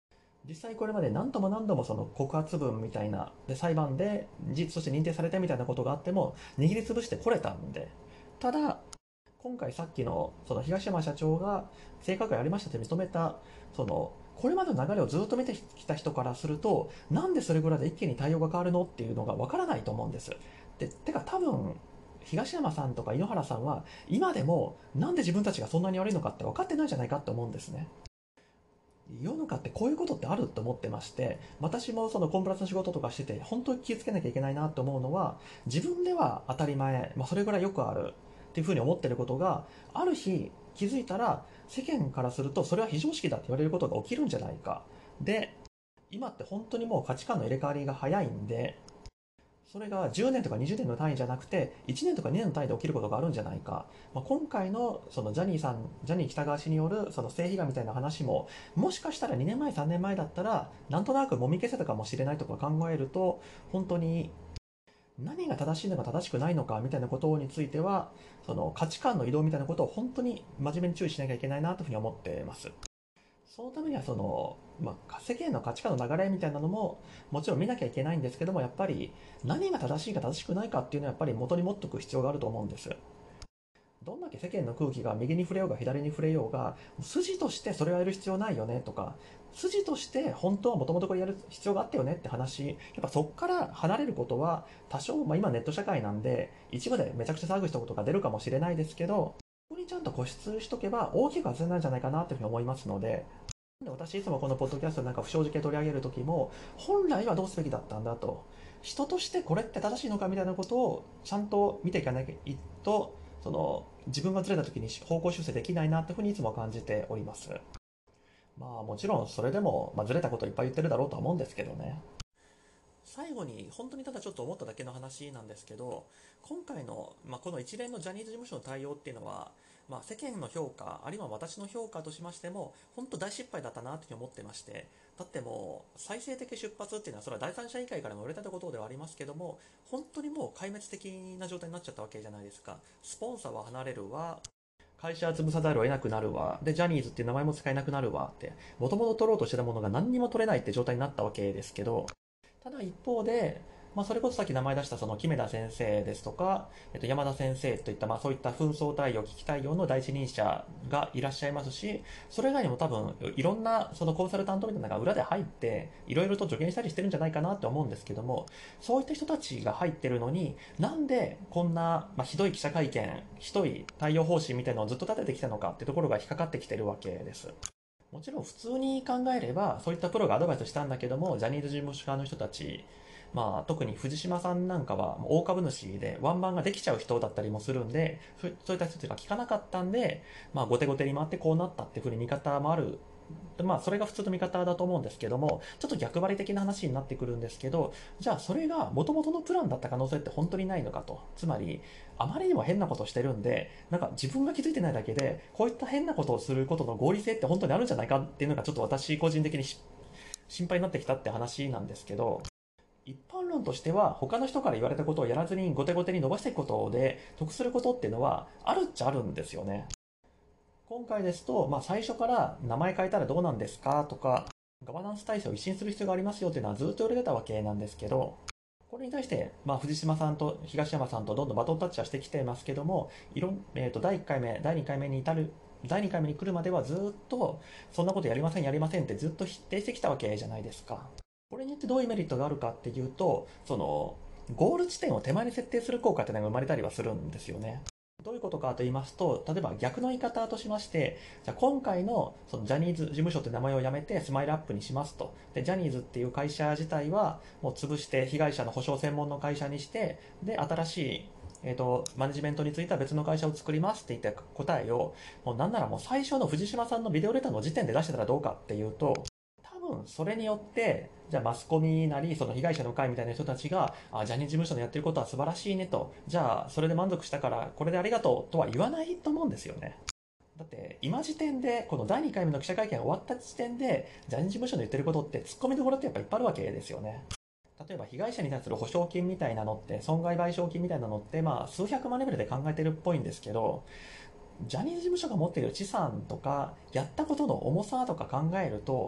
実際これまで何度も何度もその告発文みたいなで裁判で事実として認定されたみたいなことがあっても握りつぶしてこれたんで、ただ今回さっきのその東山社長が性加害ありましたって認めた、そのこれまでの流れをずっと見てきた人からすると、なんでそれぐらいで一気に対応が変わるのっていうのがわからないと思うんです。でてか多分東山さんとか井ノ原さんは今でもなんで自分たちがそんなに悪いのかって分かってないんじゃないかって思うんですね。世の中ってこういうことってあると思ってまして、私もそのコンプライアンスの仕事とかしてて本当に気をつけなきゃいけないなと思うのは、自分では当たり前、それぐらいよくあるっていうふうに思ってることが、ある日気づいたら世間からするとそれは非常識だって言われることが起きるんじゃないか。で、今って本当にもう価値観の入れ替わりが早いんで、それが10年とか20年の単位じゃなくて1年とか2年の単位で起きることがあるんじゃないか。今回のそのジャニーさん、ジャニー喜多川氏によるその性被害みたいな話も、もしかしたら2年前3年前だったらなんとなくもみ消せたかもしれないとか考えると、本当に何が正しいのか正しくないのかみたいなことについては、その価値観の移動みたいなことを本当に真面目に注意しなきゃいけないなというふうに思っています。そのためにはその、世間の価値観の流れみたいなのももちろん見なきゃいけないんですけども、やっぱり何が正しいか正しくないかっていうのはやっぱり元に持っておく必要があると思うんです。どんだけ世間の空気が右に触れようが左に触れようが、筋としてそれをやる必要ないよねとか、筋として本当はもともとこれやる必要があったよねって話、やっぱそこから離れることは多少、今ネット社会なんで一部でめちゃくちゃ騒ぐしたことが出るかもしれないですけど、ここにちゃんと固執しとけば大きく外れないんじゃないかなというふうに思いますので、私いつもこのポッドキャストでなんか不祥事系取り上げる時も、本来はどうすべきだったんだと、人としてこれって正しいのかみたいなことをちゃんと見ていかないと、その自分がずれた時に方向修正できないなというふうにいつも感じております。もちろんそれでも、ずれたこといっぱい言ってるだろうとは思うんですけどね。最後に本当にただちょっと思っただけの話なんですけど、今回の、この一連のジャニーズ事務所の対応っていうのは、世間の評価、あるいは私の評価としましても本当大失敗だったなって思ってまして、だってもう再生的出発っていうのはそれは第三者委員会からの売れたことではありますけども、本当にもう壊滅的な状態になっちゃったわけじゃないですか。スポンサーは離れるわ、会社は潰さざるを得なくなるわ、でジャニーズっていう名前も使えなくなるわって、もともと取ろうとしてたものが何にも取れないって状態になったわけですけど、ただ一方で、それこそさっき名前出したその木目田先生ですとか、山田先生といった、そういった紛争対応、危機対応の第一人者がいらっしゃいますし、それ以外にも多分いろんなそのコンサルタントみたいなのが裏で入って、いろいろと助言したりしてるんじゃないかなって思うんですけども、そういった人たちが入ってるのに、なんでこんな、ひどい記者会見、ひどい対応方針みたいなのをずっと立ててきたのかっていうところが引っかかってきてるわけです。もちろん普通に考えればそういったプロがアドバイスしたんだけども、ジャニーズ事務所側の人たち、特に藤島さんなんかは大株主でワンマンができちゃう人だったりもするんで、そういった人たちが聞かなかったんで、後手後手に回ってこうなったっていうふうに見方もある。それが普通の見方だと思うんですけども、ちょっと逆張り的な話になってくるんですけど、じゃあそれが元々のプランだった可能性って本当にないのかと。つまりあまりにも変なことをしてるんで、なんか自分が気づいてないだけでこういった変なことをすることの合理性って本当にあるんじゃないかっていうのがちょっと私個人的に心配になってきたって話なんですけど、一般論としては他の人から言われたことをやらずに後手後手に伸ばしていくことで得することっていうのはあるっちゃあるんですよね。今回ですと、最初から名前変えたらどうなんですかとか、ガバナンス体制を一新する必要がありますよっていうのはずっと言われてたわけなんですけど、これに対して、藤島さんと東山さんとどんどんバトンタッチはしてきてますけども、第1回目、第2回目に至る、第2回目に来るまではずっと、そんなことやりません、やりませんってずっと否定してきたわけじゃないですか。これによってどういうメリットがあるかっていうと、その、ゴール地点を手前に設定する効果っていうのが生まれたりはするんですよね。どういうことかと言いますと、例えば逆の言い方としまして、じゃあ今回のそのジャニーズ事務所という名前をやめてスマイルアップにしますと。で、ジャニーズっていう会社自体はもう潰して被害者の保障専門の会社にして、で、新しいマネジメントについては別の会社を作りますって言った答えを、もうなんならもう最初の藤島さんのビデオレターの時点で出してたらどうかっていうと、多分それによってじゃあマスコミなりその被害者の会みたいな人たちがジャニーズ事務所のやってることは素晴らしいねと、じゃあそれで満足したからこれでありがとうとは言わないと思うんですよね。だって今時点でこの第2回目の記者会見が終わった時点でジャニーズ事務所の言ってることって突っ込みどころってやっぱいっぱいあるわけですよね。例えば被害者に対する保証金みたいなのって損害賠償金みたいなのって数百万レベルで考えてるっぽいんですけど、ジャニーズ事務所が持っている資産とかやったことの重さとか考えると、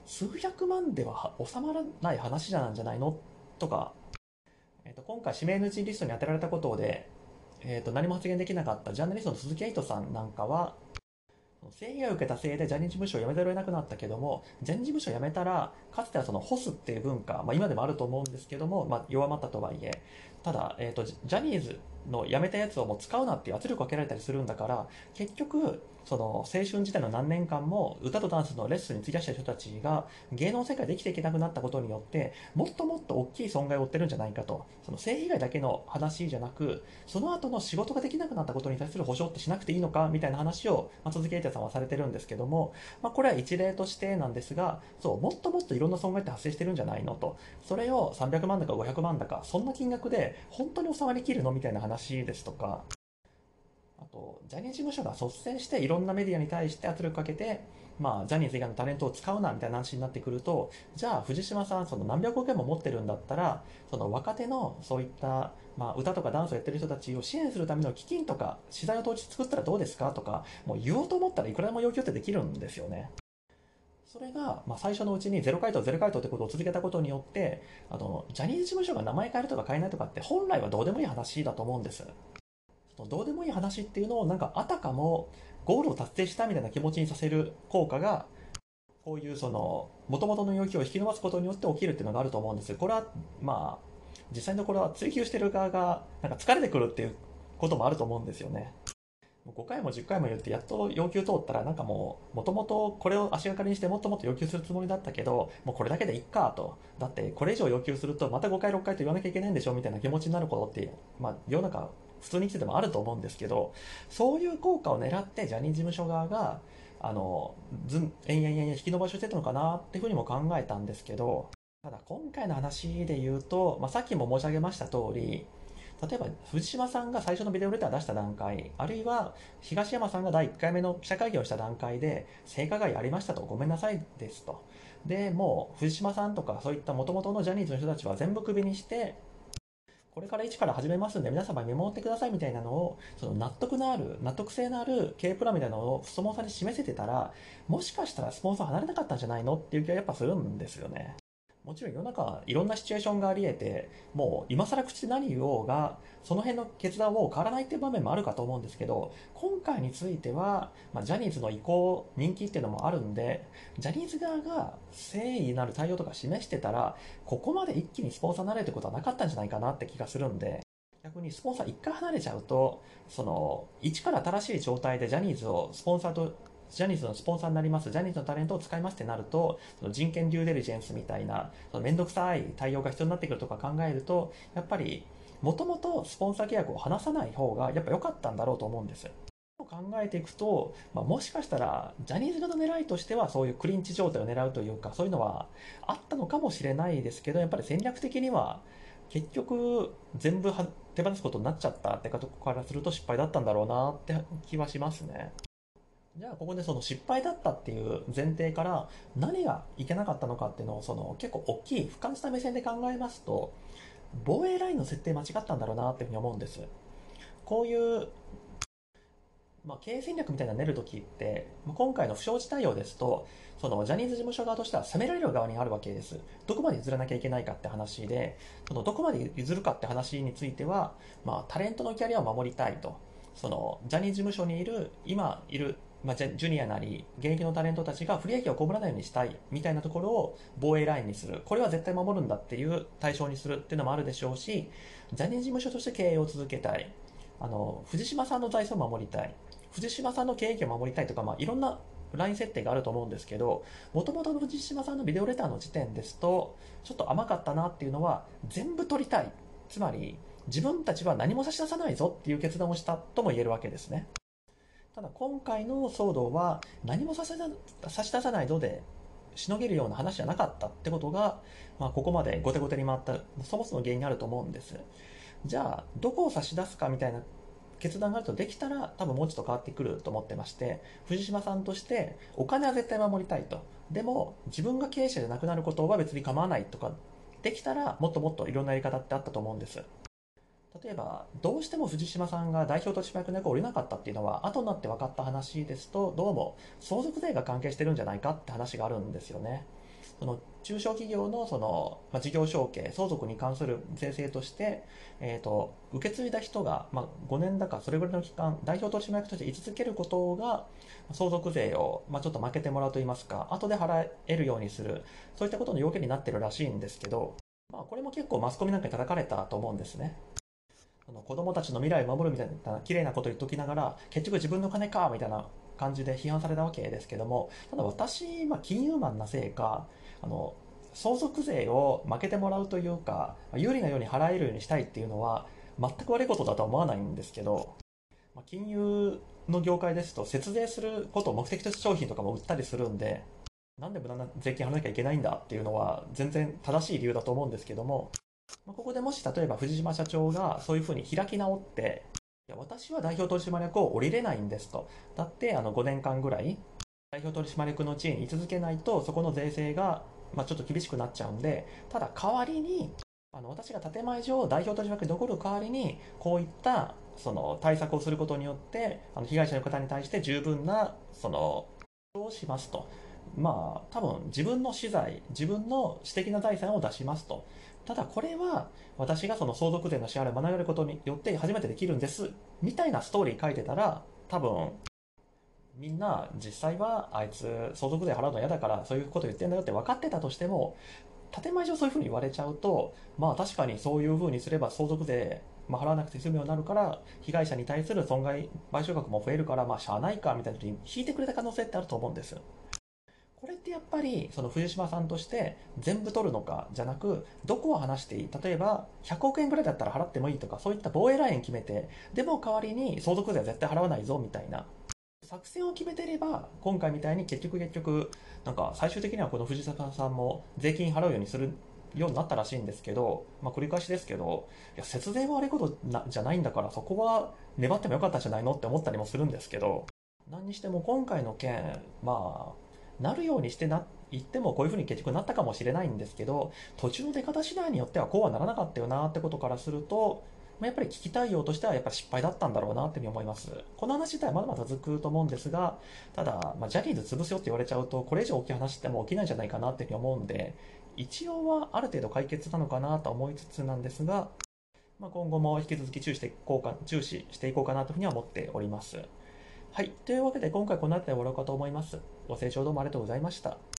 数百万では収まらない話なんじゃないのとか、今回指名 NG リストに当てられたことで、何も発言できなかったジャーナリストの鈴木エイトさんなんかは、性被害を受けたせいでジャニーズ事務所を辞めざるを得なくなったけども、ジャニーズ事務所を辞めたら、かつてはそのホスっていう文化、今でもあると思うんですけども、弱まったとはいえ、ただ、ジャニーズの辞めたやつをもう使うなっていう圧力をかけられたりするんだから、結局、その青春時代の何年間も歌とダンスのレッスンに費やした人たちが芸能世界で生きていけなくなったことによって、もっともっと大きい損害を負ってるんじゃないかと。その性被害だけの話じゃなく、その後の仕事ができなくなったことに対する保証ってしなくていいのかみたいな話を、鈴木英太さんはされてるんですけども、これは一例としてなんですが、そうもっともっといろんな損害って発生してるんじゃないのと。それを300万だか500万だか、そんな金額で本当に収まりきるのみたいな話ですとか、あと、ジャニーズ事務所が率先していろんなメディアに対して圧力かけて、ジャニーズ以外のタレントを使うなみたいな話になってくると、じゃあ藤島さん、その何百億円も持ってるんだったら、その若手のそういった、歌とかダンスをやってる人たちを支援するための基金とか、資材を投資作ったらどうですかとか、もう言おうと思ったらいくらでも要求ってできるんですよね。それが、最初のうちにゼロ回答ゼロ回答ってことを続けたことによって、ジャニーズ事務所が名前変えるとか変えないとかって本来はどうでもいい話だと思うんです。どうでもいい話っていうのをなんかあたかもゴールを達成したみたいな気持ちにさせる効果が、こういうその元々の要求を引き伸ばすことによって起きるっていうのがあると思うんです。これは実際のところは追求してる側がなんか疲れてくるっていうこともあると思うんですよね。5回も10回も言ってやっと要求通ったら、なんかもともとこれを足がかりにしてもっともっと要求するつもりだったけど、もうこれだけでいっかと。だってこれ以上要求するとまた5回6回と言わなきゃいけないんでしょみたいな気持ちになることって、世の中普通に生きててもあると思うんですけど、そういう効果を狙ってジャニーズ事務所側が延々引き延ばしをしてたのかなっていうふうにも考えたんですけど、ただ今回の話で言うと、さっきも申し上げました通り、例えば藤島さんが最初のビデオレター出した段階、あるいは東山さんが第1回目の記者会見をした段階で、性加害ありましたと、ごめんなさいですと。で、もう藤島さんとかそういった元々のジャニーズの人たちは全部クビにして、これから一から始めますんで皆様見守ってくださいみたいなのを、その納得性のある経営プランみたいなのをスポンサーに示せてたら、もしかしたらスポンサー離れなかったんじゃないのっていう気はやっぱするんですよね。もちろん世の中いろんなシチュエーションがあり得て、もう今更口で何言おうが、その辺の決断はもう変わらないっていう場面もあるかと思うんですけど、今回については、ジャニーズの意向、人気っていうのもあるんで、ジャニーズ側が誠意なる対応とか示してたら、ここまで一気にスポンサーになれるってことはなかったんじゃないかなって気がするんで、逆にスポンサー一回離れちゃうと、その一から新しい状態でジャニーズをスポンサーとジャニーズのスポンサーになります、ジャニーズのタレントを使いますってなると、その人権デューデリジェンスみたいな、そのめんどくさい対応が必要になってくるとか考えると、やっぱり、もともとスポンサー契約を離さない方がやっぱ良かったんだろうと思うんです。考えていくと、もしかしたらジャニーズ側の狙いとしてはそういうクリンチ状態を狙うというか、そういうのはあったのかもしれないですけど、やっぱり戦略的には結局全部手放すことになっちゃったってことからすると失敗だったんだろうなって気はしますね。じゃあここでその失敗だったっていう前提から何がいけなかったのかっていうのをその結構大きい俯瞰した目線で考えますと、防衛ラインの設定間違ったんだろうなっていうふうに思うんです。こういう経営戦略みたいなの練るときって、今回の不祥事対応ですと、そのジャニーズ事務所側としては責められる側にあるわけです。どこまで譲らなきゃいけないかって話で、そのどこまで譲るかって話については、タレントのキャリアを守りたいと。そのジャニーズ事務所にいる、今いる、ジュニアなり現役のタレントたちが不利益を被らないようにしたいみたいなところを防衛ラインにする。これは絶対守るんだっていう対象にするっていうのもあるでしょうし、ジャニーズ事務所として経営を続けたい。藤島さんの財産を守りたい。藤島さんの経営権を守りたいとか、いろんなライン設定があると思うんですけど、もともとの藤島さんのビデオレターの時点ですと、ちょっと甘かったなっていうのは、全部取りたい。つまり、自分たちは何も差し出さないぞっていう決断をしたとも言えるわけですね。ただ今回の騒動は、何も差し出さないので、しのげるような話じゃなかったってことが、ここまで後手後手に回ったそもそも原因にあると思うんです。じゃあ、どこを差し出すかみたいな決断があるとできたら多分もうちょっと変わってくると思ってまして、藤島さんとしてお金は絶対守りたいと。でも自分が経営者じゃなくなることは別に構わないとかできたら、もっともっといろんなやり方ってあったと思うんです。例えばどうしても藤島さんが代表取締役の役を降りなかったっていうのは後になって分かった話ですと、どうも相続税が関係してるんじゃないかって話があるんですよね。 その中小企業の事業承継、相続に関する税制として、受け継いだ人が、5年だかそれぐらいの期間、代表取締役として居続けることが、相続税を、ちょっと負けてもらうといいますか、後で払えるようにする、そういったことの要件になってるらしいんですけど、これも結構マスコミなんかに叩かれたと思うんですね。子供たちの未来を守るみたいな綺麗なこと言っときながら、結局自分の金かみたいな感じで批判されたわけですけども、ただ私、金融マンなせいか、相続税を負けてもらうというか、有利なように払えるようにしたいっていうのは、全く悪いことだとは思わないんですけど、金融の業界ですと、節税することを目的とした商品とかも売ったりするんで、なんで無駄な税金払わなきゃいけないんだっていうのは、全然正しい理由だと思うんですけども、ここでもし例えば藤島社長がそういうふうに開き直って、いや私は代表取締役を降りれないんですと。だって5年間ぐらい代表取締役の地位に居続けないと、そこの税制が、ちょっと厳しくなっちゃうんで、ただ代わりに、私が建前上代表取締役に残る代わりに、こういった対策をすることによって、被害者の方に対して十分な、をしますと。多分自分の資材、自分の私的な財産を出しますと。ただこれは私がその相続税の支払いを免れることによって初めてできるんですみたいなストーリー書いてたら、多分みんな実際はあいつ相続税払うの嫌だからそういうこと言ってんだよって分かってたとしても、建前上そういうふうに言われちゃうと、確かにそういうふうにすれば相続税、払わなくて済むようになるから、被害者に対する損害賠償額も増えるから、しゃあないかみたいなふうに引いてくれた可能性ってあると思うんですよ。これってやっぱりその藤島さんとして全部取るのかじゃなく、どこを話していい、例えば100億円ぐらいだったら払ってもいいとか、そういった防衛ライン決めて、でも代わりに相続税は絶対払わないぞみたいな作戦を決めてれば、今回みたいに結局なんか最終的にはこの藤島さんも税金払うようにするようになったらしいんですけど、繰り返しですけど、いや節税は悪いことじゃないんだから、そこは粘ってもよかったんじゃないのって思ったりもするんですけど、何にしても今回の件、なるようにして言ってもこういうふうに結局なったかもしれないんですけど、途中の出方次第によってはこうはならなかったよなってことからすると、やっぱり危機対応としてはやっぱり失敗だったんだろうなっていうふうに思います。この話自体はまだまだ続くと思うんですが、ただ、ジャニーズ潰すよって言われちゃうと、これ以上大きい話ってもう起きないんじゃないかなっていうふうに思うんで、一応はある程度解決なのかなと思いつつなんですが、今後も引き続き注視していこうかなというふうには思っております。はい。というわけで今回この辺りで終わろうかと思います。ご清聴どうもありがとうございました。